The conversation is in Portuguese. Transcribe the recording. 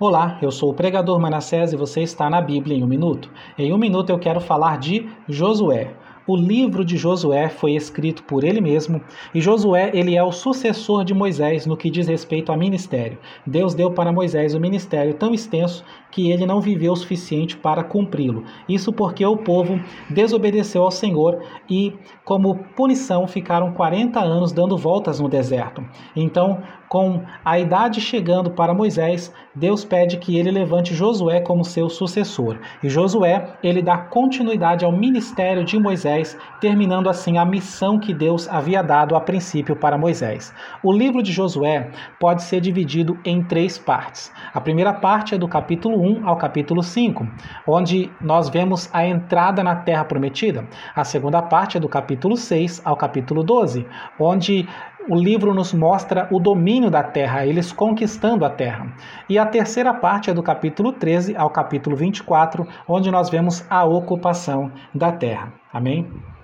Olá, eu sou o pregador Manassés e você está na Bíblia em um minuto. Em um minuto eu quero falar de Josué. O livro de Josué foi escrito por ele mesmo e Josué ele é o sucessor de Moisés no que diz respeito a ministério. Deus deu para Moisés um ministério tão extenso que ele não viveu o suficiente para cumpri-lo. Isso porque o povo desobedeceu ao Senhor e, como punição, ficaram 40 anos dando voltas no deserto. Então, com a idade chegando para Moisés, Deus pede que ele levante Josué como seu sucessor. E Josué, ele dá continuidade ao ministério de Moisés, terminando assim a missão que Deus havia dado a princípio para Moisés. O livro de Josué pode ser dividido em 3 partes. A primeira parte é do capítulo 1 ao capítulo 5, onde nós vemos a entrada na terra prometida. A segunda parte é do capítulo 6 ao capítulo 12, onde o livro nos mostra o domínio da terra, eles conquistando a terra. E a terceira parte é do capítulo 13 ao capítulo 24, onde nós vemos a ocupação da terra. Amém?